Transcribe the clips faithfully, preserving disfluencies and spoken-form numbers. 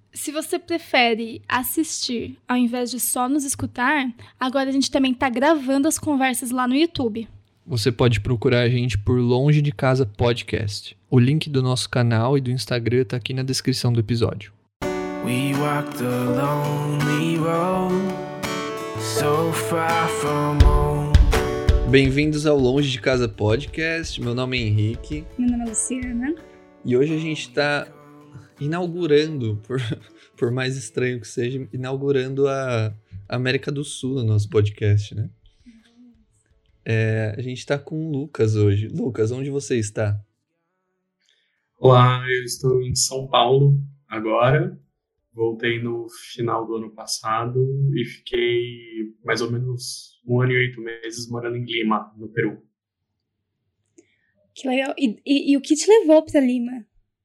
Se você prefere assistir ao invés de só nos escutar, agora a gente também está gravando as conversas lá no YouTube. Você pode procurar a gente por Longe de Casa Podcast. O link do nosso canal e do Instagram está aqui na descrição do episódio. We walk the lonely road, so far from home. Bem-vindos ao Longe de Casa Podcast. Meu nome é Henrique. Meu nome é Luciana. E hoje a gente está inaugurando, por, por mais estranho que seja, inaugurando a América do Sul no nosso podcast, né? É, a gente está com o Lucas hoje. Lucas, onde você está? Olá, eu estou em São Paulo agora. Voltei no final do ano passado e fiquei mais ou menos um ano e oito meses morando em Lima, no Peru. Que legal. E, e, e o que te levou para Lima?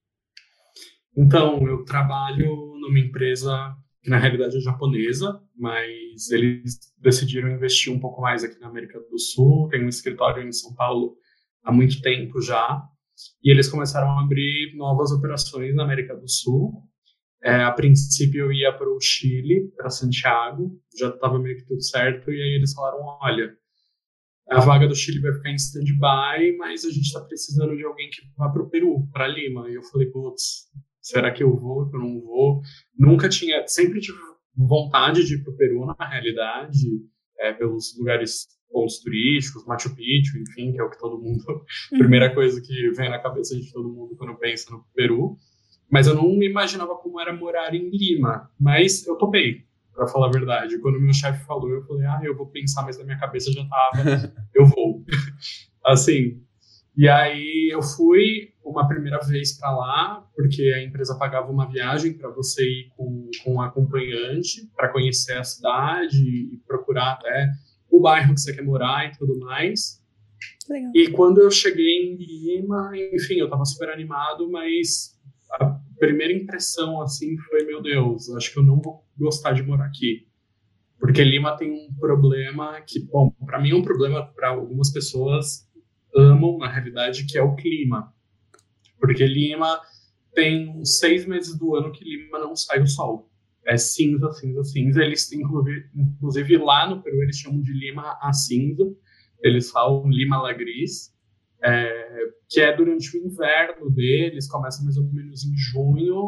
Então, eu trabalho numa empresa que na realidade é japonesa, mas eles decidiram investir um pouco mais aqui na América do Sul. Tem um escritório em São Paulo há muito tempo já, e eles começaram a abrir novas operações na América do Sul. É, a princípio eu ia para o Chile, para Santiago, já estava meio que tudo certo, e aí eles falaram, olha, a vaga do Chile vai ficar em stand-by, mas a gente está precisando de alguém que vá para o Peru, para Lima. E eu falei, putz, será que eu vou, que eu não vou? Nunca tinha, sempre tive vontade de ir para o Peru, na realidade, é, pelos lugares, pontos turísticos, Machu Picchu, enfim, que é o que todo mundo, a primeira coisa que vem na cabeça de todo mundo quando pensa no Peru. Mas eu não me imaginava como era morar em Lima, mas eu topei, para falar a verdade. Quando meu chefe falou, eu falei, ah, eu vou pensar, mas na minha cabeça já tava, eu vou. Assim, e aí eu fui uma primeira vez para lá, porque a empresa pagava uma viagem para você ir com, com um acompanhante, para conhecer a cidade e procurar até o bairro que você quer morar e tudo mais. Legal. E quando eu cheguei em Lima, enfim, eu tava super animado, mas a primeira impressão, assim, foi, meu Deus, acho que eu não vou gostar de morar aqui. Porque Lima tem um problema que, bom, para mim é um problema, para algumas pessoas amam, na realidade, que é o clima. Porque Lima tem uns seis meses do ano que Lima não sai o sol. É cinza, cinza, cinza. Eles, inclusive, inclusive lá no Peru, eles chamam de Lima a cinza. Eles falam Lima la gris. É, que é durante o inverno deles, começa mais ou menos em junho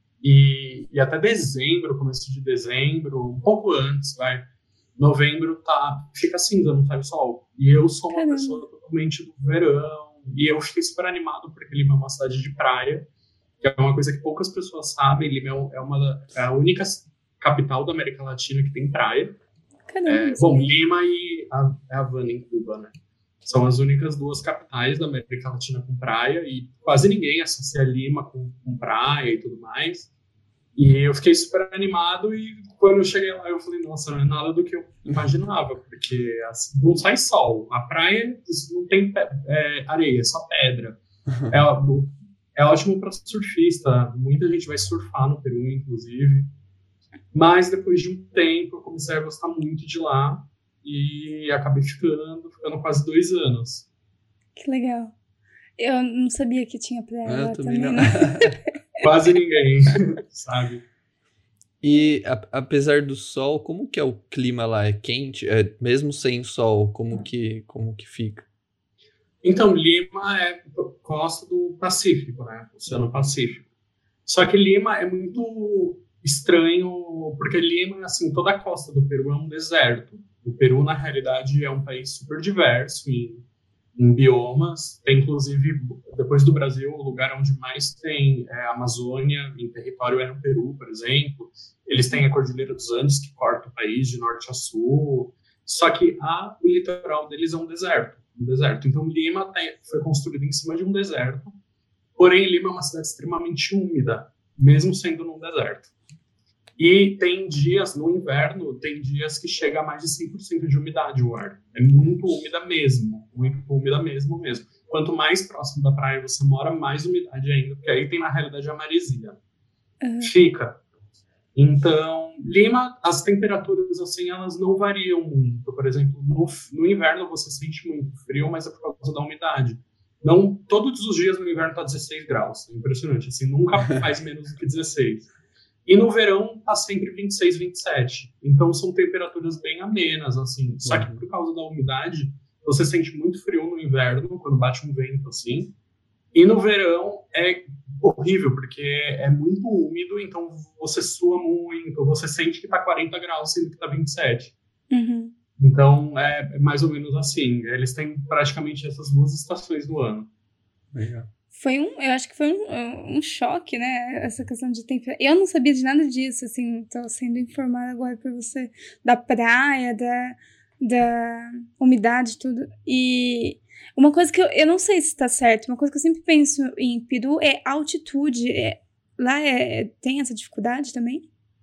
e, e até dezembro, começo de dezembro, um pouco antes, vai. Novembro tá, fica cinza, não sai o sol. E eu sou uma Caramba. pessoa totalmente do verão, e eu fiquei super animado porque Lima é uma cidade de praia, que é uma coisa que poucas pessoas sabem. Lima é, uma, é a única capital da América Latina que tem praia. Caramba, É, bom, Lima e a, a Havana, em Cuba, né? São as únicas duas capitais da América Latina com praia, e quase ninguém associa Lima com, com praia e tudo mais. E eu fiquei super animado, e quando eu cheguei lá, eu falei, nossa, não é nada do que eu imaginava, porque assim, não sai sol. A praia não tem é, areia, é só pedra. É, é ótimo para surfista, muita gente vai surfar no Peru, inclusive. Mas depois de um tempo, eu comecei a gostar muito de lá, e acabei ficando, ficando quase dois anos. Que legal. Eu não sabia que tinha praia Eu lá também também. não. Quase ninguém, sabe? E a, apesar do sol, como que é o clima lá? É quente? É, mesmo sem sol, como que, como que fica? Então, Lima é costa do Pacífico, né? Oceano Pacífico. Só que Lima é muito estranho, porque Lima, assim, toda a costa do Peru é um deserto. O Peru, na realidade, é um país super diverso em, em biomas. Tem, inclusive, depois do Brasil, o lugar onde mais tem é a Amazônia, em território, é no Peru, por exemplo. Eles têm a Cordilheira dos Andes, que corta o país de norte a sul. Só que a, o litoral deles é um deserto. Um deserto. Então, Lima tem, foi construído em cima de um deserto. Porém, Lima é uma cidade extremamente úmida, mesmo sendo num deserto. E tem dias, no inverno, tem dias que chega a mais de cem por cento de umidade o ar. É muito úmida mesmo, muito úmida mesmo mesmo. Quanto mais próximo da praia você mora, mais umidade ainda, porque aí tem, na realidade, a maresia. Uhum. Fica. Então, Lima, as temperaturas, assim, elas não variam muito. Por exemplo, no, no inverno você sente muito frio, mas é por causa da umidade. Não, todos os dias no inverno está dezesseis graus. É impressionante, assim, nunca faz menos do que dezesseis. E no verão tá sempre vinte e seis, vinte e sete. Então são temperaturas bem amenas, assim. Só que por causa da umidade, você sente muito frio no inverno, quando bate um vento, assim. E no verão é horrível, porque é muito úmido, então você sua muito, você sente que tá quarenta graus, sendo que tá vinte e sete. Uhum. Então é mais ou menos assim. Eles têm praticamente essas duas estações do ano. Legal. Foi um, eu acho que foi um, um choque, né, essa questão de temperatura. Eu não sabia de nada disso, assim, tô sendo informada agora por você, da praia, da, da umidade, tudo. E uma coisa que eu, eu não sei se tá certo, uma coisa que eu sempre penso em Peru é altitude. É, lá é, tem essa dificuldade também?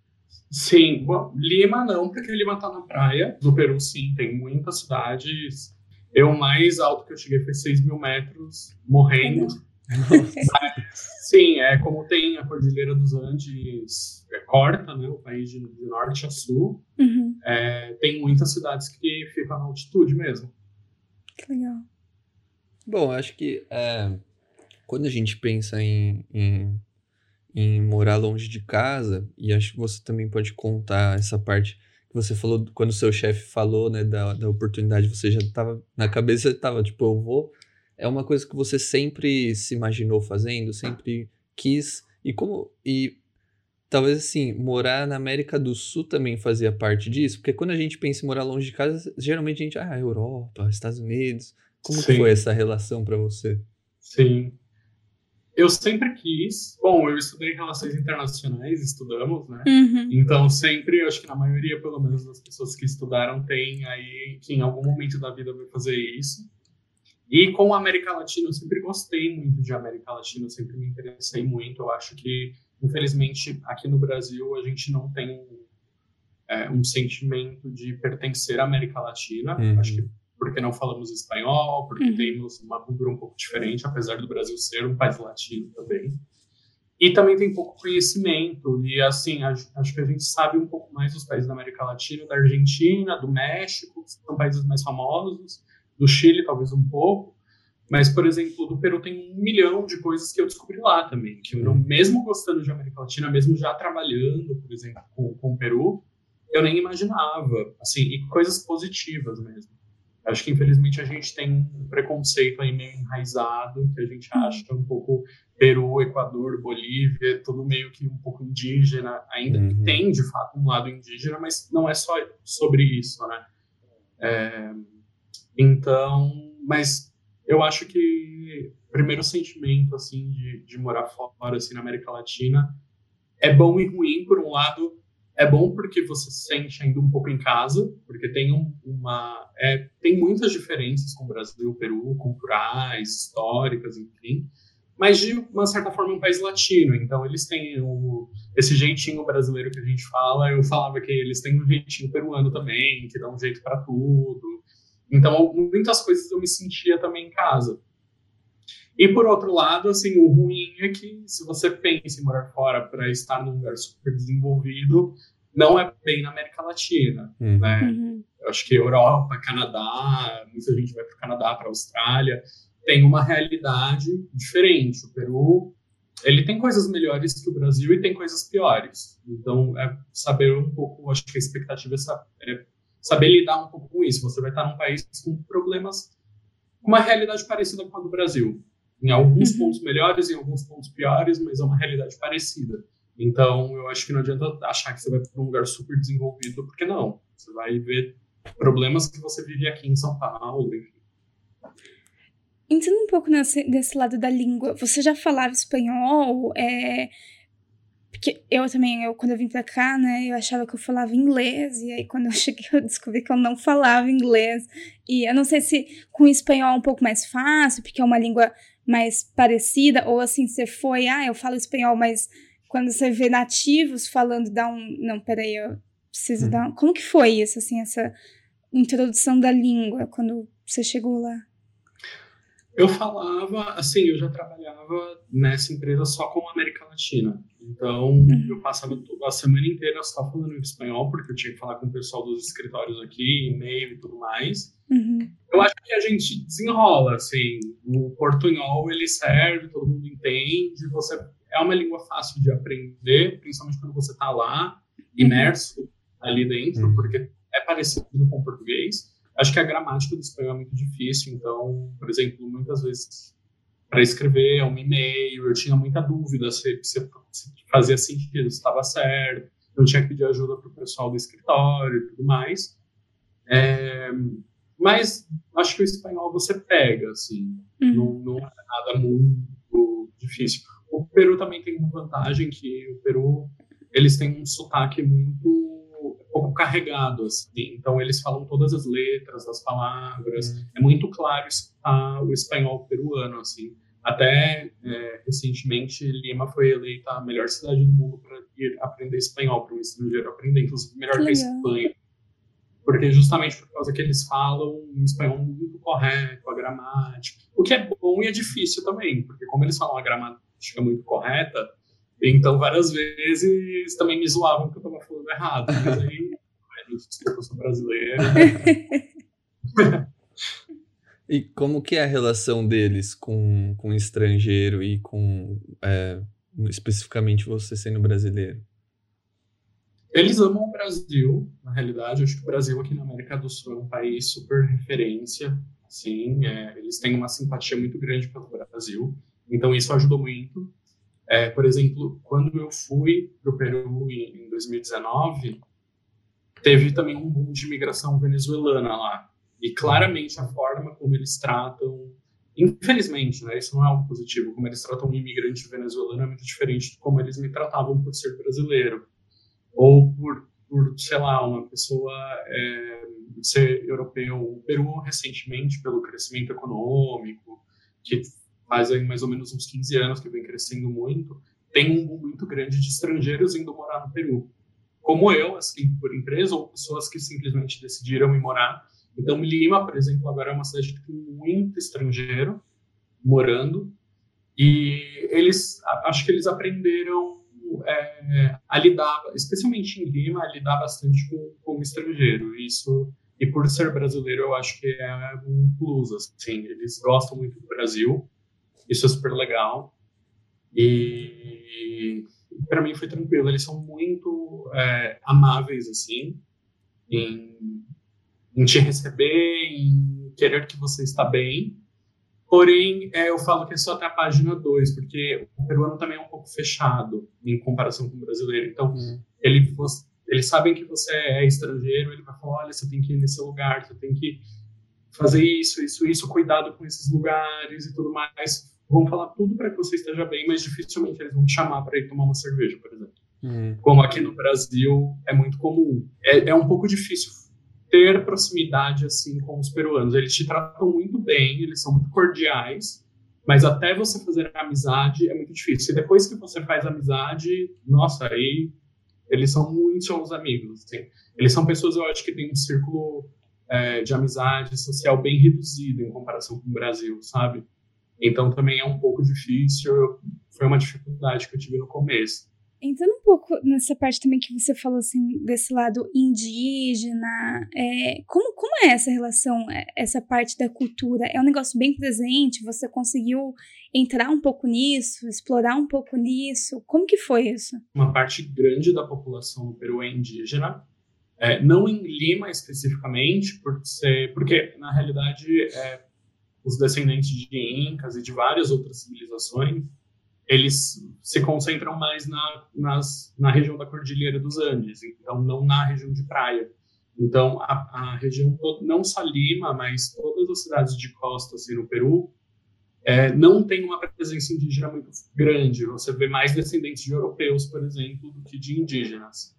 Sim, bom, Lima não, porque Lima tá na praia. No Peru, sim, tem muitas cidades. Eu, o mais alto que eu cheguei foi seis mil metros, morrendo. Mas, sim, é como tem a Cordilheira dos Andes, é, corta, né, o país de, de norte a sul. Uhum. É, tem muitas cidades que ficam na altitude mesmo. Que legal. Bom, acho que é, quando a gente pensa em, em, em morar longe de casa, e acho que você também pode contar essa parte que você falou, quando o seu chefe falou, né, da, da oportunidade, você já estava na cabeça, estava tipo, eu vou. É uma coisa que você sempre se imaginou fazendo, sempre quis, e como, e talvez assim, morar na América do Sul também fazia parte disso, porque quando a gente pensa em morar longe de casa, geralmente a gente, ah, Europa, Estados Unidos, como que Sim. foi essa relação para você? Sim. Eu sempre quis. Bom, eu estudei Relações Internacionais, estudamos, né? Uhum. Então, sempre, eu acho que na maioria, pelo menos, das pessoas que estudaram, tem aí que em algum momento da vida vai fazer isso. E com a América Latina, eu sempre gostei muito de América Latina, eu sempre me interessei muito. Eu acho que, infelizmente, aqui no Brasil, a gente não tem é, um sentimento de pertencer à América Latina. Uhum. Acho que porque não falamos espanhol, porque Uhum. temos uma cultura um pouco diferente, apesar do Brasil ser um país latino também. E também tem pouco conhecimento. E, assim, acho que a gente sabe um pouco mais dos países da América Latina, da Argentina, do México, que são países mais famosos, do Chile, talvez um pouco. Mas, por exemplo, do Peru tem um milhão de coisas que eu descobri lá também. Que eu, não, mesmo gostando de América Latina, mesmo já trabalhando, por exemplo, com, com o Peru, eu nem imaginava. Assim, e coisas positivas mesmo. Acho que, infelizmente, a gente tem um preconceito aí meio enraizado, que a gente acha que é um pouco Peru, Equador, Bolívia, tudo meio que um pouco indígena, ainda Uhum. que tem, de fato, um lado indígena, mas não é só sobre isso, né? É, então, mas eu acho que o primeiro sentimento, assim, de, de morar fora, assim, na América Latina, é bom e ruim. Por um lado, é bom porque você se sente ainda um pouco em casa, porque tem um, uma... É, tem muitas diferenças com o Brasil e o Peru, culturais, históricas, enfim. Mas, de uma certa forma, é um país latino. Então, eles têm o, esse jeitinho brasileiro que a gente fala. Eu falava que eles têm um jeitinho peruano também, que dá um jeito para tudo. Então, muitas coisas eu me sentia também em casa. E, por outro lado, assim, o ruim é que, se você pensa em morar fora para estar num lugar super desenvolvido, não é bem na América Latina, Uhum. né? Uhum. Eu acho que Europa, Canadá, muita gente vai para o Canadá, para a Austrália, tem uma realidade diferente. O Peru, ele tem coisas melhores que o Brasil e tem coisas piores. Então, é saber um pouco, acho que a expectativa é saber, é saber lidar um pouco com isso. Você vai estar num país com problemas, com uma realidade parecida com a do Brasil. Em alguns Uhum. pontos melhores, em alguns pontos piores, mas é uma realidade parecida. Então, eu acho que não adianta achar que você vai para um lugar super desenvolvido, porque não. Você vai ver problemas que você vive aqui em São Paulo, enfim. Entrando um pouco nesse, desse lado da língua, você já falava espanhol? É... Porque eu também, eu, quando eu vim pra cá, né, eu achava que eu falava inglês, e aí quando eu cheguei eu descobri que eu não falava inglês. E eu não sei se com o espanhol é um pouco mais fácil, porque é uma língua mais parecida, ou assim, você foi, ah, eu falo espanhol, mas quando você vê nativos falando, dá um... Não, peraí, eu preciso Hum. dar um... Como que foi isso, assim, essa introdução da língua, quando você chegou lá? Eu falava, assim, eu já trabalhava nessa empresa só com a América Latina. Então, Uhum. eu passava a semana inteira só falando espanhol, porque eu tinha que falar com o pessoal dos escritórios aqui, e-mail e tudo mais. Uhum. Eu acho que a gente desenrola, assim, o portunhol, ele serve, todo mundo entende, você é uma língua fácil de aprender, principalmente quando você está lá, imerso ali dentro, uhum. porque é parecido com o português. Acho que a gramática do espanhol é muito difícil, então, por exemplo, muitas vezes, para escrever um e-mail, eu tinha muita dúvida se, se, se fazia sentido, se estava certo, eu tinha que pedir ajuda para o pessoal do escritório e tudo mais. É, mas acho que o espanhol você pega, assim, uhum. não, não é nada muito difícil. O Peru também tem uma vantagem, que o Peru, eles têm um sotaque muito pouco carregado, assim, então eles falam todas as letras das palavras, uhum. é muito claro escutar o espanhol peruano, assim. Até é, recentemente Lima foi eleita a melhor cidade do mundo para ir aprender espanhol, para um estrangeiro aprender, inclusive melhor que, que a Espanha, porque justamente por causa que eles falam um espanhol muito correto, a gramática, o que é bom e é difícil também, porque como eles falam a gramática muito correta, então várias vezes também me zoavam que eu estava falando errado, mas aí, desculpa, eu sou brasileiro. E como que é a relação deles com, com estrangeiro e com, é, especificamente você sendo brasileiro? Eles amam o Brasil, na realidade. Acho que o Brasil aqui na América do Sul é um país super referência. Sim, é, eles têm uma simpatia muito grande pelo Brasil. Então isso ajudou muito. É, por exemplo, quando eu fui para o Peru em, em dois mil e dezenove, teve também um boom de imigração venezuelana lá. E claramente a forma como eles tratam, infelizmente, né, isso não é algo positivo, como eles tratam um imigrante venezuelano é muito diferente de como eles me tratavam por ser brasileiro. Ou por, por sei lá, uma pessoa é, ser europeu. O Peru, recentemente, pelo crescimento econômico, que faz aí mais ou menos uns quinze anos que vem crescendo muito, tem um boom muito grande de estrangeiros indo morar no Peru. Como eu, assim, por empresa, ou pessoas que simplesmente decidiram ir morar. Então, Lima, por exemplo, agora é uma cidade que tem muito estrangeiro morando, e eles, acho que eles aprenderam é, a lidar, especialmente em Lima, a lidar bastante com, com o estrangeiro. Isso, e por ser brasileiro, eu acho que é um plus, assim, eles gostam muito do Brasil, isso é super legal, e para mim foi tranquilo, eles são muito é, amáveis, assim, em em te receber, em querer que você está bem. Porém, é, eu falo que é só até a página dois, porque o peruano também é um pouco fechado em comparação com o brasileiro. Então, hum. ele, você, eles sabem que você é estrangeiro, ele vai falar, olha, você tem que ir nesse lugar, você tem que fazer isso, isso, isso, cuidado com esses lugares e tudo mais. Vão falar tudo para que você esteja bem, mas dificilmente eles vão te chamar para ir tomar uma cerveja, por exemplo. Hum. Como aqui no Brasil é muito comum. É, é um pouco difícil ter proximidade assim com os peruanos. Eles te tratam muito bem, eles são muito cordiais, mas até você fazer amizade é muito difícil. E depois que você faz amizade, nossa, aí eles são muito seus amigos. Assim. Eles são pessoas, eu acho, que têm um círculo é, de amizade social bem reduzido em comparação com o Brasil, sabe? Então também é um pouco difícil, foi uma dificuldade que eu tive no começo. Entrando um pouco nessa parte também que você falou, assim, desse lado indígena, é, como, como é essa relação, essa parte da cultura? É um negócio bem presente? Você conseguiu entrar um pouco nisso, explorar um pouco nisso? Como que foi isso? Uma parte grande da população do Peru é indígena, é, não em Lima especificamente, por ser, porque, na realidade, é, os descendentes de Incas e de várias outras civilizações, eles se concentram mais na, nas, na região da Cordilheira dos Andes, então não na região de praia. Então, a, a região, não só Lima, mas todas as cidades de costa assim, no Peru, é, não tem uma presença indígena muito grande. Você vê mais descendentes de europeus, por exemplo, do que de indígenas.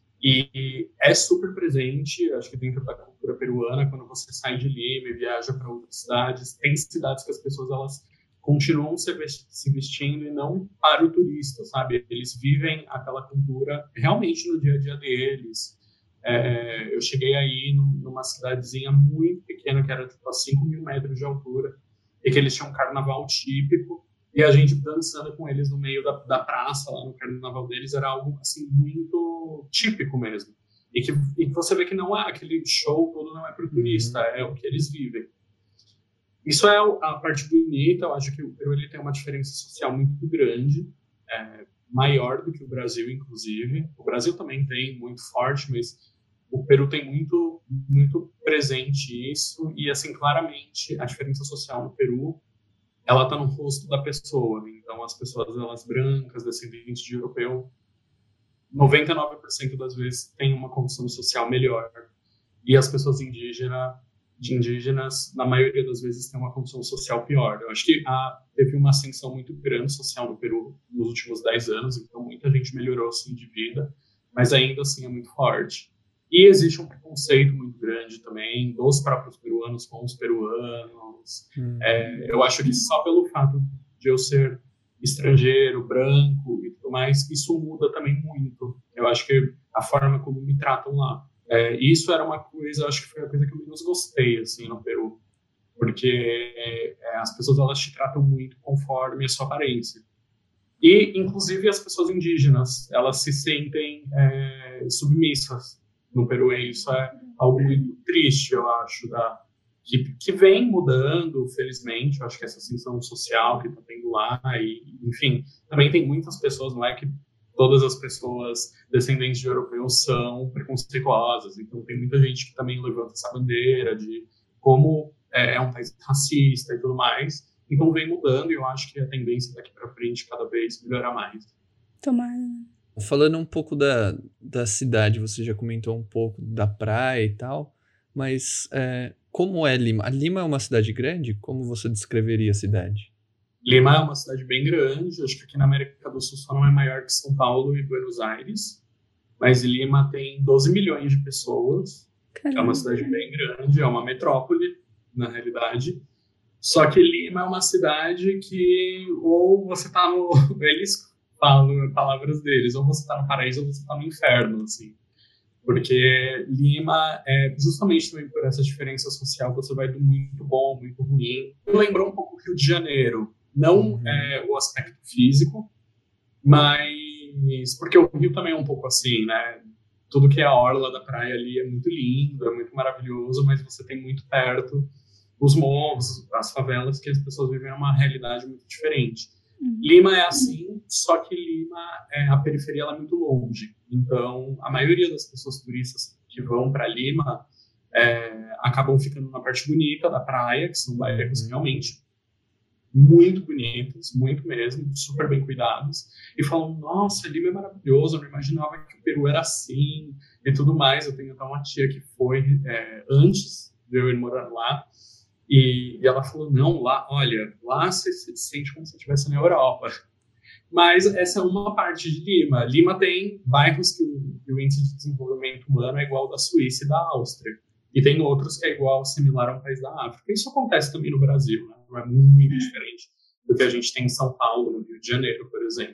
E é super presente, acho que dentro da cultura peruana, quando você sai de Lima e viaja para outras cidades, tem cidades que as pessoas, elas continuam se vestindo e não para o turista, sabe? Eles vivem aquela cultura realmente no dia a dia deles. É, eu cheguei aí numa cidadezinha muito pequena, que era tipo a cinco mil metros de altura, e que eles tinham um carnaval típico, e a gente dançando com eles no meio da, da praça, lá no carnaval deles, era algo assim muito típico mesmo. E que, e que você vê que não é aquele show todo, não é para o turista, é o que eles vivem. Isso é a parte bonita, eu acho que o Peru ele tem uma diferença social muito grande, é, maior do que o Brasil, inclusive. O Brasil também tem muito forte, mas o Peru tem muito, muito presente isso. E, assim, claramente, a diferença social no Peru, ela está no rosto da pessoa. Então, as pessoas, elas brancas, descendentes de europeu, noventa e nove por cento das vezes têm uma condição social melhor. E as pessoas indígenas, de indígenas, na maioria das vezes, têm uma condição social pior. Eu acho que a, teve uma ascensão muito grande social no Peru nos últimos dez anos, então muita gente melhorou assim, de vida, mas ainda assim é muito forte. E existe um preconceito muito grande também dos próprios peruanos com os peruanos. Hum. É, eu acho que só pelo fato de eu ser estrangeiro, branco e tudo mais, isso muda também muito. Eu acho que a forma como me tratam lá. É, isso era uma coisa, acho que foi a coisa que eu menos gostei, assim, no Peru. Porque é, as pessoas, elas te tratam muito conforme a sua aparência. E, inclusive, as pessoas indígenas, elas se sentem é, submissas no Peru. E isso é algo muito triste, eu acho, da, que, que vem mudando, felizmente. Eu acho que essa ascensão social que está tendo lá, e, enfim, também tem muitas pessoas, não é que todas as pessoas descendentes de europeus são preconceituosas. Então, tem muita gente que também levanta essa bandeira de como é, é um país racista e tudo mais. Então, vem mudando e eu acho que a tendência daqui para frente cada vez melhorar mais. Tomara. Falando um pouco da, da cidade, você já comentou um pouco da praia e tal, mas é, como é Lima? A Lima é uma cidade grande? Como você descreveria a cidade? Lima é uma cidade bem grande, acho que aqui na América do Sul só não é maior que São Paulo e Buenos Aires, mas Lima tem doze milhões de pessoas, Caramba. É uma cidade bem grande, é uma metrópole, na realidade. Só que Lima é uma cidade que ou você está no... Eles falam palavras deles, ou você está no paraíso ou você está no inferno, assim. Porque Lima é justamente também por essa diferença social, você vai do muito bom, muito ruim. Lembrou um pouco o Rio de Janeiro. Não uhum. é, o aspecto físico, mas porque o Rio também é um pouco assim, né? Tudo que é a orla da praia ali é muito lindo, é muito maravilhoso, mas você tem muito perto os morros, as favelas, que as pessoas vivem uma realidade muito diferente. Uhum. Lima é assim, só que Lima, é, a periferia ela é muito longe. Então, a maioria das pessoas turistas que vão para Lima é, acabam ficando na parte bonita da praia, que são bairros uhum. realmente muito bonitos, muito mesmo, super bem cuidados, e falam, nossa, Lima é maravilhoso, eu não imaginava que o Peru era assim, e tudo mais. Eu tenho até uma tia que foi é, antes de eu ir morar lá, e, e ela falou, não, lá, olha, lá você se sente como se estivesse na Europa. Mas essa é uma parte de Lima. Lima tem bairros que o, que o índice de desenvolvimento humano é igual ao da Suíça e da Áustria. E tem outros que é igual, similar a um país da África. Isso acontece também no Brasil, né? Não é muito diferente do que a gente tem em São Paulo, no Rio de Janeiro, por exemplo.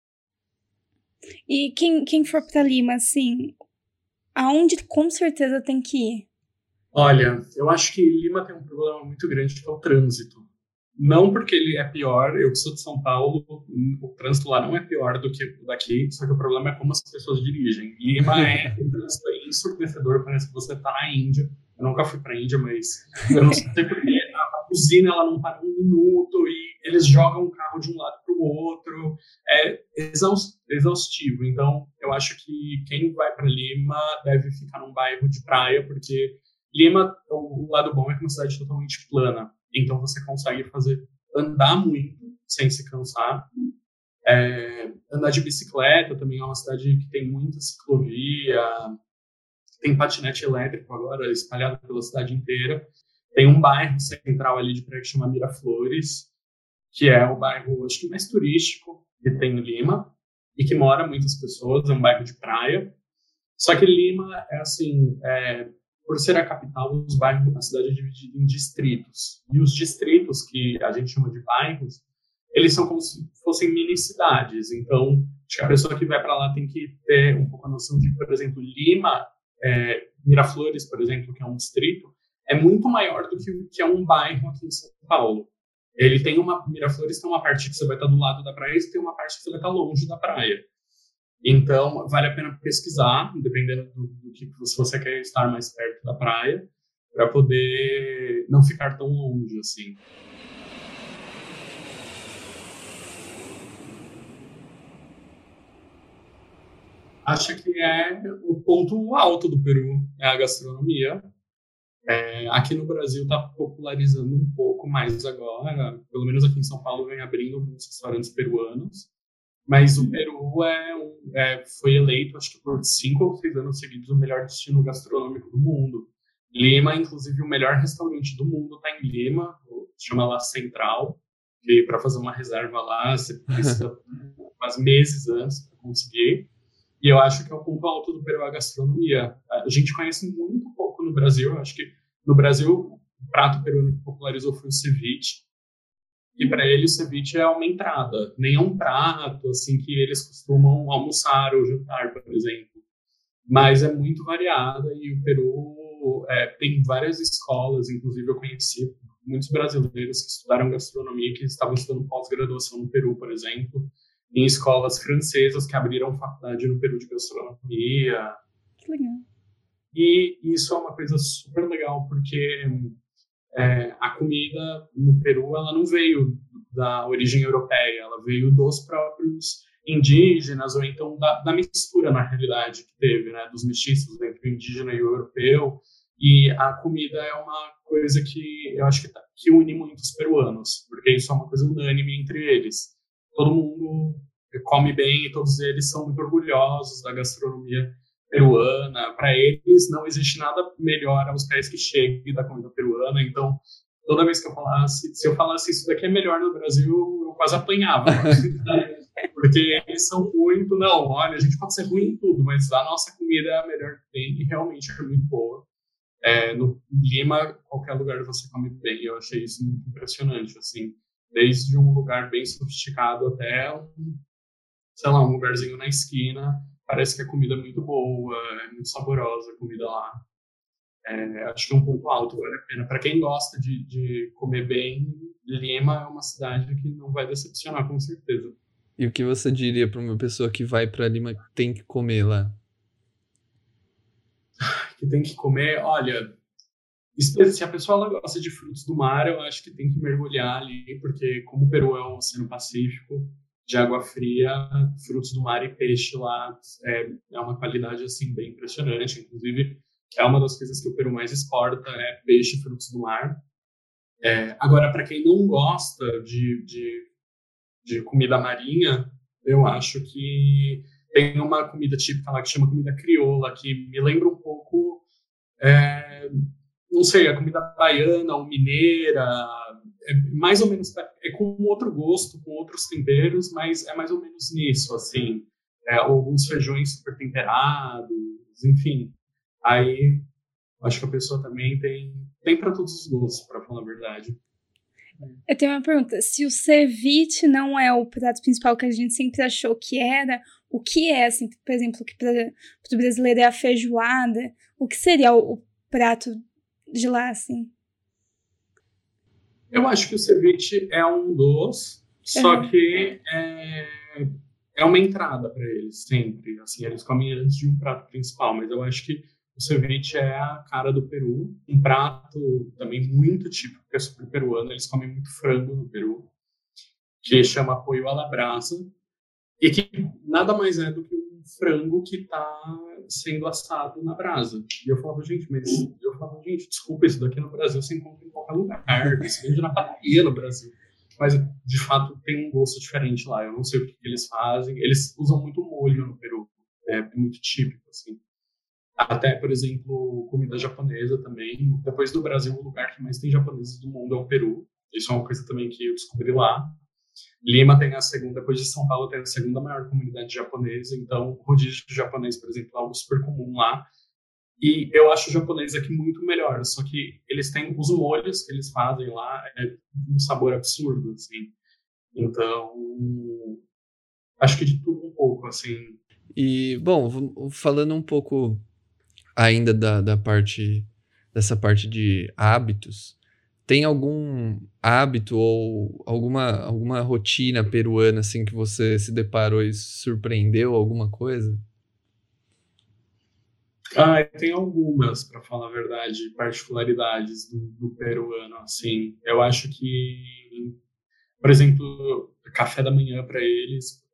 E quem, quem for para Lima, assim, aonde com certeza tem que ir? Olha, eu acho que Lima tem um problema muito grande, que é o trânsito. Não porque ele é pior, eu que sou de São Paulo, o trânsito lá não é pior do que o daqui, só que o problema é como as pessoas dirigem. Lima é, o trânsito é ensurdecedor, parece que você está na Índia. Eu nunca fui para a Índia, mas eu não sei porque a usina ela não para um minuto e eles jogam o carro de um lado para o outro. É exaustivo. Então, eu acho que quem vai para Lima deve ficar num bairro de praia, porque Lima, o lado bom é que é uma cidade totalmente plana. Então, você consegue fazer, andar muito sem se cansar. É, andar de bicicleta também é uma cidade que tem muita ciclovia. Tem patinete elétrico agora espalhado pela cidade inteira. Tem um bairro central ali de praia que chama Miraflores, que é o bairro, acho que mais turístico que tem em Lima e que mora muitas pessoas. É um bairro de praia. Só que Lima é assim... É, por ser a capital, os bairros da cidade é dividido em distritos. E os distritos, que a gente chama de bairros, eles são como se fossem mini-cidades. Então, acho que a pessoa que vai para lá tem que ter um pouco a noção de, por exemplo, Lima, é, Miraflores, por exemplo, que é um distrito, é muito maior do que o que é um bairro aqui em São Paulo. Ele tem uma... Miraflores tem uma parte que você vai estar do lado da praia e tem uma parte que você vai estar longe da praia. Então, vale a pena pesquisar, dependendo do, do que se você quer estar mais perto da praia, para poder não ficar tão longe assim. Acho que é o ponto alto do Peru, é a gastronomia. É, aqui no Brasil está popularizando um pouco mais agora, pelo menos aqui em São Paulo vem abrindo alguns restaurantes peruanos, mas o Peru é, um, é, foi eleito, acho que por cinco ou seis anos seguidos, o melhor destino gastronômico do mundo. Lima, inclusive, o melhor restaurante do mundo está em Lima, chama La Central, que para fazer uma reserva lá, você precisa umas meses antes para conseguir. E eu acho que é o ponto alto do Peru, a gastronomia. A gente conhece muito pouco no Brasil. Eu acho que no Brasil, o prato peruano que popularizou foi o ceviche. E para ele, o ceviche é uma entrada. Nem é um prato assim que eles costumam almoçar ou jantar, por exemplo. Mas é muito variada e o Peru é, tem várias escolas. Inclusive, eu conheci muitos brasileiros que estudaram gastronomia, que estavam estudando pós-graduação no Peru, por exemplo, em escolas francesas que abriram faculdade no Peru de gastronomia. Que legal. E isso é uma coisa super legal, porque é, a comida no Peru, ela não veio da origem europeia, ela veio dos próprios indígenas, ou então da, da mistura, na realidade, que teve, né, dos mestiços entre o indígena e o europeu. E a comida é uma coisa que eu acho que, tá, que une muitos peruanos, porque isso é uma coisa unânime entre eles. Todo mundo come bem e todos eles são muito orgulhosos da gastronomia peruana. Para eles, não existe nada melhor aos pés que chegue da comida peruana. Então, toda vez que eu falasse, se eu falasse isso daqui é melhor no Brasil, eu quase apanhava. Porque eles são muito, não, olha, a gente pode ser ruim em tudo, mas a nossa comida é a melhor que tem e realmente é muito boa. É, no Lima, qualquer lugar você come bem. Eu achei isso muito impressionante, assim. Desde um lugar bem sofisticado até um, sei lá, um lugarzinho na esquina. Parece que a comida é muito boa, é muito saborosa a comida lá. É, acho que é um ponto alto, vale a pena. Para quem gosta de, de comer bem, Lima é uma cidade que não vai decepcionar, com certeza. E o que você diria para uma pessoa que vai para Lima que tem que comer lá? Que tem que comer, olha... Se a pessoa ela gosta de frutos do mar, eu acho que tem que mergulhar ali, porque como o Peru é um oceano Pacífico, de água fria, frutos do mar e peixe lá é, é uma qualidade assim bem impressionante. Inclusive, é uma das coisas que o Peru mais exporta, é peixe e frutos do mar. É, agora, para quem não gosta de, de, de comida marinha, eu acho que tem uma comida típica lá que chama comida crioula, que me lembra um pouco... É, não sei, a comida baiana ou mineira, é mais ou menos, é com outro gosto, com outros temperos, mas é mais ou menos nisso, assim, é, alguns feijões super temperados, enfim, aí acho que a pessoa também tem, tem para todos os gostos, para falar a verdade. Eu tenho uma pergunta, se o ceviche não é o prato principal que a gente sempre achou que era, o que é, assim, por exemplo, que para o brasileiro é a feijoada, o que seria o, o prato de lá, assim? Eu acho que o ceviche é um doce, só Uhum. que é, é uma entrada para eles, sempre. Assim, eles comem antes de um prato principal, mas eu acho que o ceviche é a cara do Peru. Um prato também muito típico, que é super peruano. Eles comem muito frango no Peru, que chama pollo à la brasa, e que nada mais é do que um frango que está sendo assado na brasa. E eu falava, gente, mas eu falava, gente, desculpa, isso daqui no Brasil você encontra em qualquer lugar, isso vende na padaria no Brasil. Mas, de fato, tem um gosto diferente lá. Eu não sei o que, que eles fazem. Eles usam muito molho no Peru. É muito típico, assim. Até, por exemplo, comida japonesa também. Depois do Brasil, o lugar que mais tem japoneses do mundo é o Peru. Isso é uma coisa também que eu descobri lá. Lima tem a segunda, depois de São Paulo, tem a segunda maior comunidade japonesa. Então, rodízio de japonês, por exemplo, é algo super comum lá. E eu acho o japonês aqui muito melhor. Só que eles têm os molhos que eles fazem lá, é um sabor absurdo, assim. Então, acho que de tudo um pouco, assim. E, bom, falando um pouco ainda da, da parte, dessa parte de hábitos, tem algum hábito ou alguma, alguma rotina peruana, assim, que você se deparou e surpreendeu, alguma coisa? Ah, tem algumas, para falar a verdade, particularidades do, do peruano, assim. Eu acho que, por exemplo, café da manhã para eles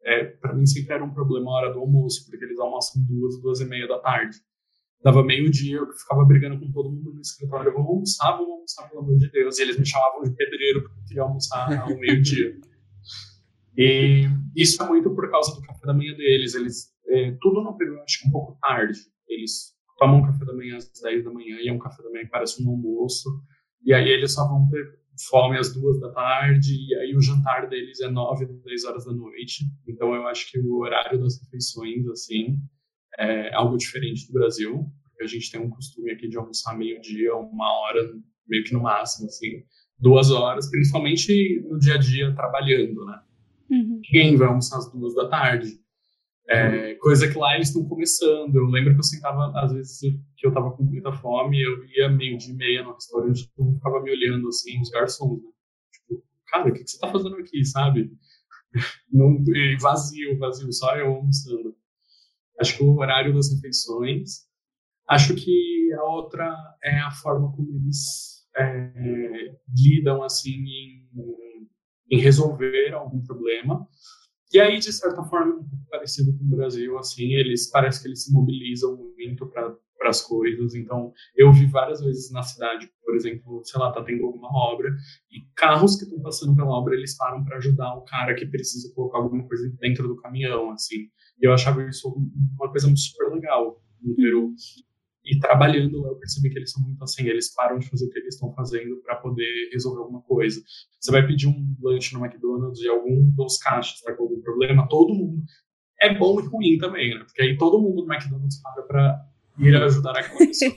é, para mim sempre era um problema a hora do almoço, porque eles almoçam duas, duas e meia da tarde. Dava meio-dia, eu ficava brigando com todo mundo no escritório, vamos almoçar, vamos almoçar, pelo amor de Deus. E eles me chamavam de pedreiro porque eu queria almoçar ao meio-dia. E isso é muito por causa do café da manhã deles. Eles, é, tudo no Peru, eu acho que é um pouco tarde. Eles tomam café da manhã às dez da manhã, e é um café da manhã que parece um almoço. E aí eles só vão ter fome às duas da tarde, e aí o jantar deles é nove, dez horas da noite. Então eu acho que o horário das refeições, assim, é algo diferente do Brasil, porque a gente tem um costume aqui de almoçar meio-dia, uma hora, meio que no máximo, assim, duas horas, principalmente no dia a dia trabalhando, né? Uhum. Ninguém vai almoçar às duas da tarde. É, coisa que lá eles estão começando. Eu lembro que eu sentava, às vezes, que eu tava com muita fome, eu ia meio-dia e meia no restaurante, todo mundo ficava me olhando, assim, os garçons, né? Tipo, cara, o que, que você tá fazendo aqui, sabe? Não, e vazio, vazio, só eu almoçando. Acho que o horário das refeições. Acho que a outra é a forma como eles é, lidam, assim, em, em resolver algum problema. E aí, de certa forma, um pouco parecido com o Brasil, assim, eles, parece que eles se mobilizam muito para as coisas. Então, eu vi várias vezes na cidade, por exemplo, sei lá, tá tendo alguma obra, e carros que estão passando pela obra, eles param para ajudar o cara que precisa colocar alguma coisa dentro do caminhão, assim. E eu achava isso uma coisa super legal no Peru. E trabalhando lá, eu percebi que eles são muito assim, eles param de fazer o que eles estão fazendo para poder resolver alguma coisa. Você vai pedir um lanche no McDonald's e algum dos caixas está com algum problema, todo mundo... É bom e ruim também, né? Porque aí todo mundo no McDonald's para para ir ajudar aquela pessoa.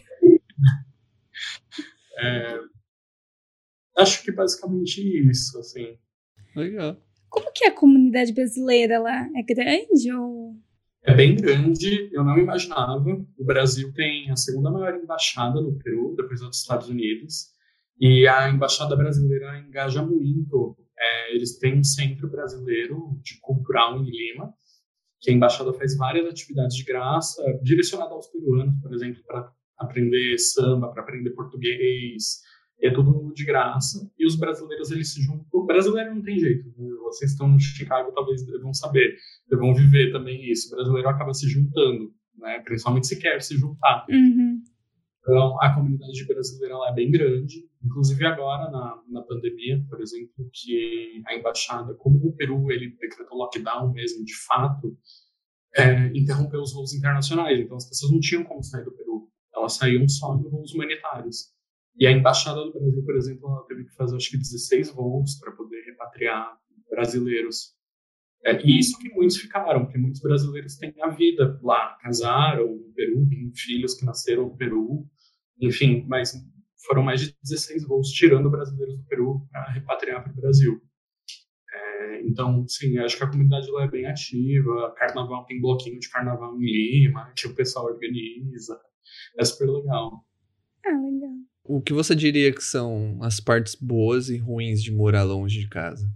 é, acho que basicamente isso, assim. Legal. Como que é a comunidade brasileira lá? É grande ou... É bem grande, eu não imaginava. O Brasil tem a segunda maior embaixada no Peru, depois dos Estados Unidos. E a embaixada brasileira engaja muito. É, eles têm um centro brasileiro de cultural em Lima, que a embaixada faz várias atividades de graça, direcionada aos peruanos, por exemplo, para aprender samba, para aprender português. É tudo de graça. E os brasileiros, eles se juntam. O brasileiro não tem jeito. Né? Vocês estão no Chicago, talvez devam saber. Devam viver também isso. O brasileiro acaba se juntando, né? Principalmente se quer se juntar. Uhum. Então, a comunidade brasileira lá é bem grande. Inclusive agora, na, na pandemia, por exemplo, que a embaixada, como o Peru, ele decretou lockdown mesmo, de fato, é, interrompeu os voos internacionais. Então, as pessoas não tinham como sair do Peru. Elas saíam só em voos humanitários. E a Embaixada do Brasil, por exemplo, ela teve que fazer, acho que, dezesseis voos para poder repatriar brasileiros. É, e isso que muitos ficaram, porque muitos brasileiros têm a vida lá, casaram no Peru, têm filhos que nasceram no Peru, enfim, mas foram mais de dezesseis voos tirando brasileiros do Peru para repatriar para o Brasil. É, então, sim, acho que a comunidade lá é bem ativa, carnaval, tem bloquinho de carnaval em Lima, que o pessoal organiza, é super legal. Ah, legal. O que você diria que são as partes boas e ruins de morar longe de casa?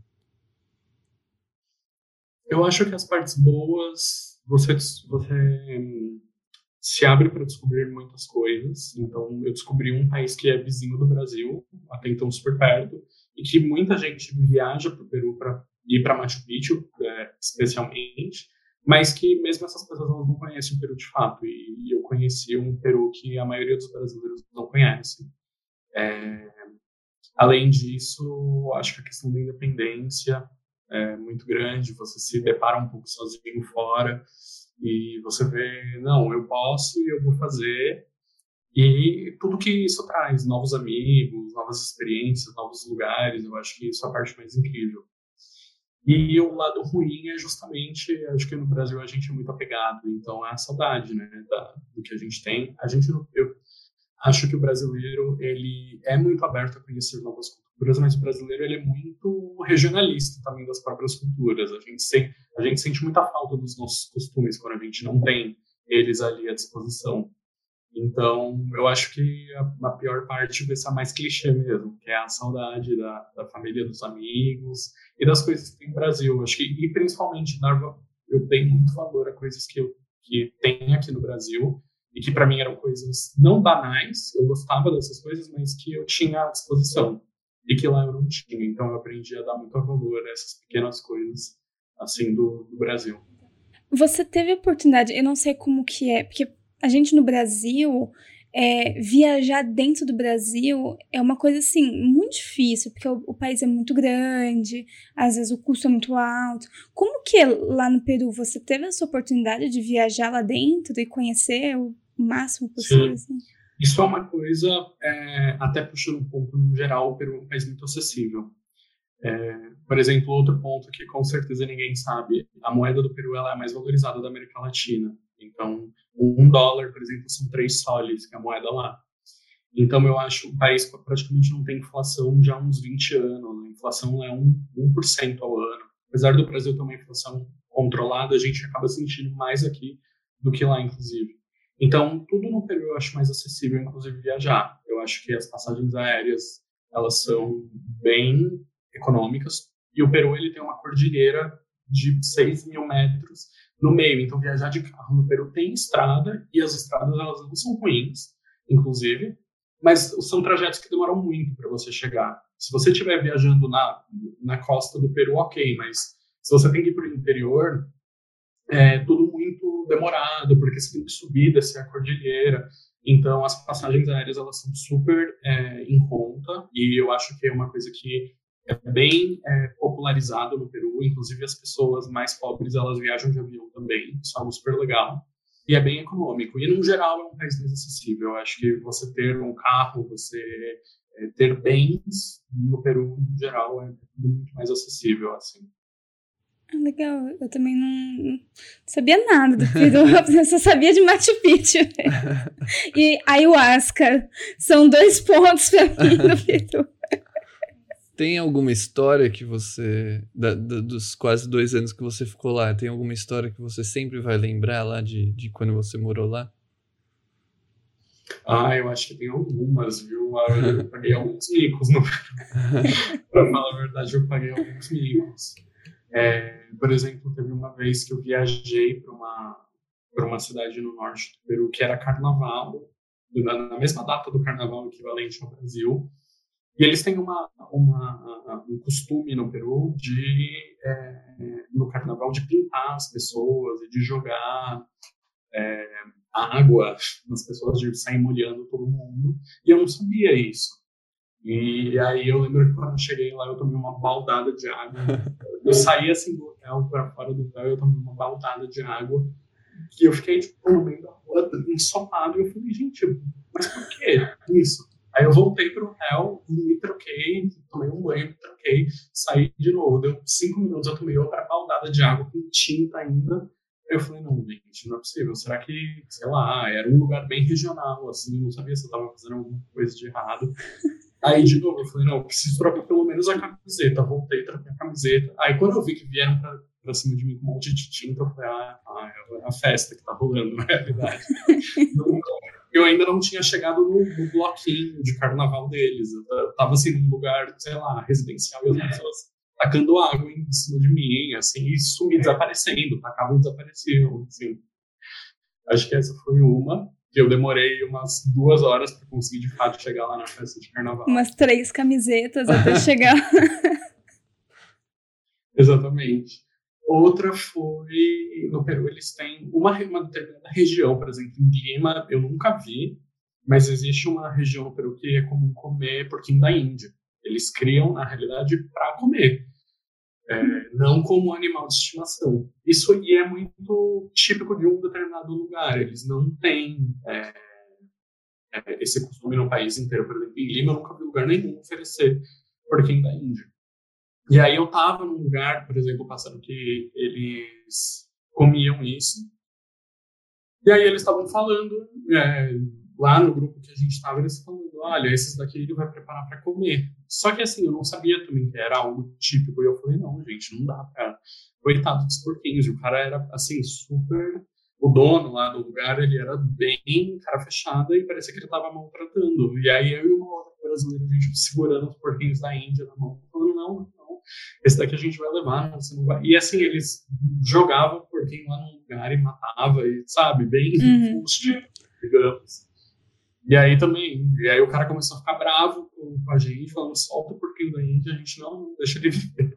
Eu acho que as partes boas, você, você se abre para descobrir muitas coisas. Então, eu descobri um país que é vizinho do Brasil, até então super perto, e que muita gente viaja para o Peru para ir para Machu Picchu, é, especialmente, mas que mesmo essas pessoas não conhecem o Peru de fato. E eu conheci um Peru que a maioria dos brasileiros não conhece. É, além disso, acho que a questão da independência é muito grande, você se depara um pouco sozinho fora e você vê, não, eu posso e eu vou fazer, e tudo que isso traz, novos amigos, novas experiências, novos lugares, eu acho que isso é a parte mais incrível. E o lado ruim é justamente, acho que no Brasil a gente é muito apegado, então é a saudade, né, da, do que a gente tem. A gente, eu acho que o brasileiro, ele é muito aberto a conhecer novas culturas, mas o brasileiro, ele é muito regionalista também das próprias culturas. A gente, se, a gente sente muita falta dos nossos costumes quando a gente não tem eles ali à disposição. Então, eu acho que a, a pior parte vai ser a mais clichê mesmo, que é a saudade da, da família, dos amigos e das coisas que tem no Brasil. Acho que, e principalmente, eu dei muito valor a coisas que, eu, que tem aqui no Brasil, e que para mim eram coisas não banais, eu gostava dessas coisas, mas que eu tinha à disposição, e que lá eu não tinha. Então eu aprendi a dar muito valor a essas pequenas coisas assim, do, do Brasil. Você teve a oportunidade, eu não sei como que é, porque a gente no Brasil, é, viajar dentro do Brasil é uma coisa, assim, muito difícil, porque o, o país é muito grande, às vezes o custo é muito alto. Como que é lá no Peru? Você teve essa oportunidade de viajar lá dentro e conhecer o máximo possível? Assim? Isso é uma coisa, é, até puxando um ponto no geral, o Peru é um país muito acessível. É, por exemplo, outro ponto que com certeza ninguém sabe, a moeda do Peru ela é a mais valorizada da América Latina. Então, um dólar, por exemplo, são três soles, que é a moeda lá. Então, eu acho que o país praticamente não tem inflação já há uns vinte anos. A inflação é um, um por cento ao ano. Apesar do Brasil ter uma inflação controlada, a gente acaba sentindo mais aqui do que lá, inclusive. Então, tudo no Peru eu acho mais acessível, inclusive viajar. Eu acho que as passagens aéreas, elas são bem econômicas, e o Peru ele tem uma cordilheira de seis mil metros no meio, então viajar de carro no Peru tem estrada, e as estradas elas não são ruins, inclusive, mas são trajetos que demoram muito para você chegar. Se você estiver viajando na, na costa do Peru, ok, mas se você tem que ir para o interior, é tudo muito demorado, porque você tem que subir, descer a cordilheira. Então as passagens aéreas elas são super é, em conta, e eu acho que é uma coisa que é bem é, popularizado no Peru, inclusive as pessoas mais pobres, elas viajam de avião também, isso é algo super legal, e é bem econômico, e no geral é um país mais acessível. Eu acho que você ter um carro, você é, ter bens no Peru, no geral, é muito mais acessível, assim. Legal, eu também não, não sabia nada do Peru, eu só sabia de Machu Picchu e ayahuasca, são dois pontos pra mim no Peru. Tem alguma história que você, da, da, dos quase dois anos que você ficou lá, tem alguma história que você sempre vai lembrar lá de, de quando você morou lá? Ah, eu acho que tem algumas, viu? Eu paguei alguns micos no Peru. Pra falar a verdade, eu paguei alguns micos. É, por exemplo, teve uma vez que eu viajei para uma, para uma cidade no norte do Peru, que era carnaval, na, na mesma data do carnaval equivalente ao Brasil. E eles têm uma, uma, um costume no Peru de, é, no carnaval, de pintar as pessoas e de jogar é, água nas pessoas, de sair molhando todo mundo. E eu não sabia isso. E aí eu lembro que quando eu cheguei lá, eu tomei uma baldada de água. Eu saí assim do hotel, para fora do hotel, eu tomei uma baldada de água. E eu fiquei tipo, no meio da rua, ensopado. E eu falei, gente, mas por que isso? Aí eu voltei pro hotel, me troquei, tomei um banho, me troquei, saí de novo. Deu cinco minutos, eu tomei outra baldada de água com tinta ainda. Aí eu falei, não, gente, não é possível. Será que, sei lá, era um lugar bem regional, assim, não sabia se eu tava fazendo alguma coisa de errado. Aí, de novo, eu falei, não, eu preciso trocar pelo menos a camiseta. Voltei, troquei a camiseta. Aí, quando eu vi que vieram pra, pra cima de mim com um monte de tinta, eu falei, ah, ah é a festa que tá rolando, na realidade. não, eu ainda não tinha chegado no, no bloquinho de carnaval deles. Eu, eu tava, assim, num lugar, sei lá, residencial, e as pessoas tacando água em cima de mim, assim, e sumir, desaparecendo, tacavam e desapareciam, assim. Acho que essa foi uma. Que eu demorei umas duas horas para conseguir, de fato, chegar lá na festa de carnaval. Umas três camisetas até chegar. Exatamente. Outra foi, no Peru, eles têm uma, uma determinada região, por exemplo, em Lima, eu nunca vi, mas existe uma região no Peru que é comum comer porquinho da Índia. Eles criam, na realidade, para comer. É, não como animal de estimação. Isso aí é muito típico de um determinado lugar. Eles não têm é, é, esse costume no país inteiro. Por exemplo, em Lima eu nunca vi lugar nenhum oferecer porquinho da Índia. E aí eu estava num lugar, por exemplo, passando que eles comiam isso. E aí eles estavam falando, é, lá no grupo que a gente estava, eles falando, olha, esses daqui ele vai preparar para comer. Só que assim, eu não sabia também que era algo típico. E eu falei, não, gente, não dá pra... Coitado dos porquinhos. O cara era, assim, super... O dono lá do lugar, ele era bem cara fechada e parecia que ele tava maltratando. E aí eu e uma outra brasileira, a gente segurando os porquinhos da Índia na mão, falando, não, não, esse daqui a gente vai levar, você não vai... E assim, eles jogavam o porquinho lá no lugar e matava, e, sabe, bem Uhum. rústico, digamos. E aí também, e aí o cara começou a ficar bravo com, com a gente, falando, solta o porquinho da Índia, a gente não, não deixa ele viver.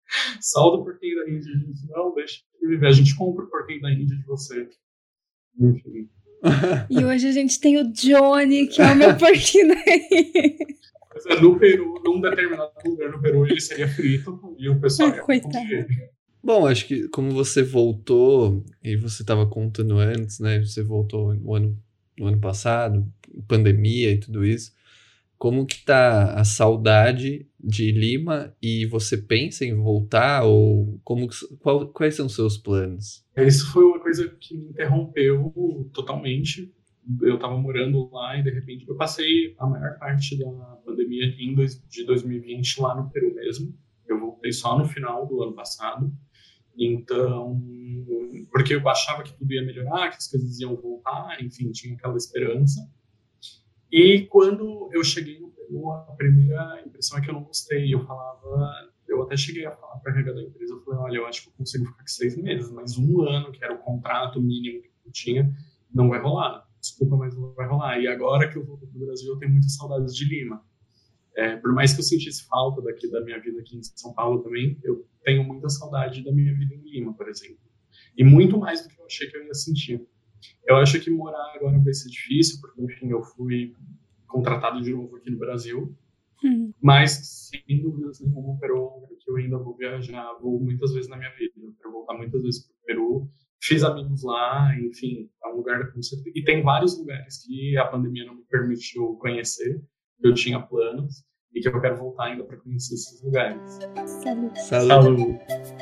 Solta o porquinho da Índia. A gente, não, deixa ele viver. A gente compra o porquinho da Índia de você. Enfim. E hoje a gente tem o Johnny, que é o meu porquinho da Índia. No Peru, num determinado lugar no Peru, ele seria frito e o pessoal ia Coitado. Bom, acho que como você voltou, e você estava contando antes, né? Você voltou no ano, no ano passado, pandemia e tudo isso. Como que tá a saudade de Lima e você pensa em voltar? Ou como, qual, quais são os seus planos? Isso foi uma coisa que me interrompeu totalmente. Eu estava morando lá e, de repente, eu passei a maior parte da pandemia em dois, de dois mil e vinte lá no Peru mesmo. Eu voltei só no final do ano passado. Então, porque eu achava que tudo ia melhorar, que as coisas iam voltar, enfim, tinha aquela esperança. E quando eu cheguei no Peru, a primeira impressão é que eu não gostei. Eu falava, eu até cheguei a falar para a R H da empresa, eu falei, olha, eu acho que eu consigo ficar aqui seis meses, mas um ano, que era o contrato mínimo que eu tinha, não vai rolar. Desculpa, mas não vai rolar. E agora que eu volto para o Brasil, eu tenho muitas saudades de Lima. É, por mais que eu sentisse falta daqui da minha vida aqui em São Paulo também, eu tenho muita saudade da minha vida em Lima, por exemplo. E muito mais do que eu achei que eu ia sentir. Eu acho que morar agora vai ser difícil, porque, enfim, eu fui contratado de novo aqui no Brasil. Hum. Mas, sem dúvidas nenhuma, o Peru é um lugar que eu ainda vou viajar, vou muitas vezes na minha vida. Eu quero voltar muitas vezes para o Peru. Fiz amigos lá, enfim, é um lugar com certeza. E tem vários lugares que a pandemia não me permitiu conhecer, que eu tinha planos, e que eu quero voltar ainda para conhecer esses lugares. Saúde. Saúde.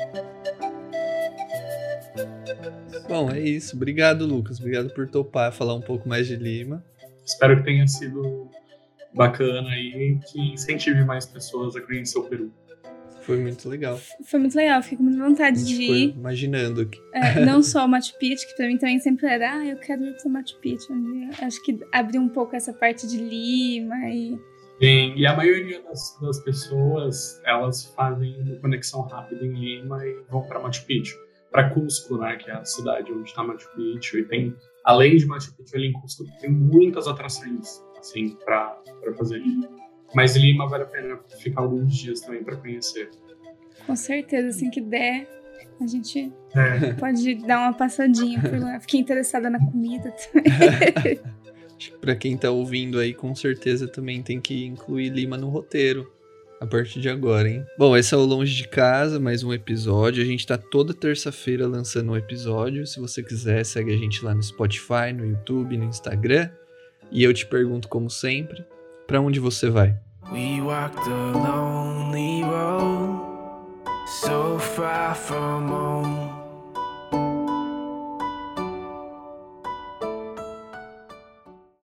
Bom, é isso. Obrigado, Lucas. Obrigado por topar falar um pouco mais de Lima. Espero que tenha sido bacana e que incentive mais pessoas a conhecer o Peru. Foi muito legal. Foi muito legal, fiquei com muita vontade A gente de ficou ir. imaginando aqui. É, não só o Machu Picchu, que pra mim também sempre era, ah, eu quero ir pro Machu Picchu. Acho que abriu um pouco essa parte de Lima e... Sim, e a maioria das, das pessoas, elas fazem uma conexão rápida em Lima e vão para Machu Picchu. Para Cusco, né, que é a cidade onde está Machu Picchu, e tem, além de Machu Picchu, ali em Cusco tem muitas atrações, assim, para fazer. Mas Lima vale a pena ficar alguns dias também para conhecer. Com certeza, assim que der, a gente é. pode dar uma passadinha por lá. Fiquei interessada na comida também. Acho que pra quem tá ouvindo aí, com certeza também tem que incluir Lima no roteiro. A partir de agora, hein? Bom, esse é o Longe de Casa, mais um episódio. A gente tá toda terça-feira lançando um episódio. Se você quiser, segue a gente lá no Spotify, no YouTube, no Instagram. E eu te pergunto, como sempre, pra onde você vai? We walk the lonely road, so far from home.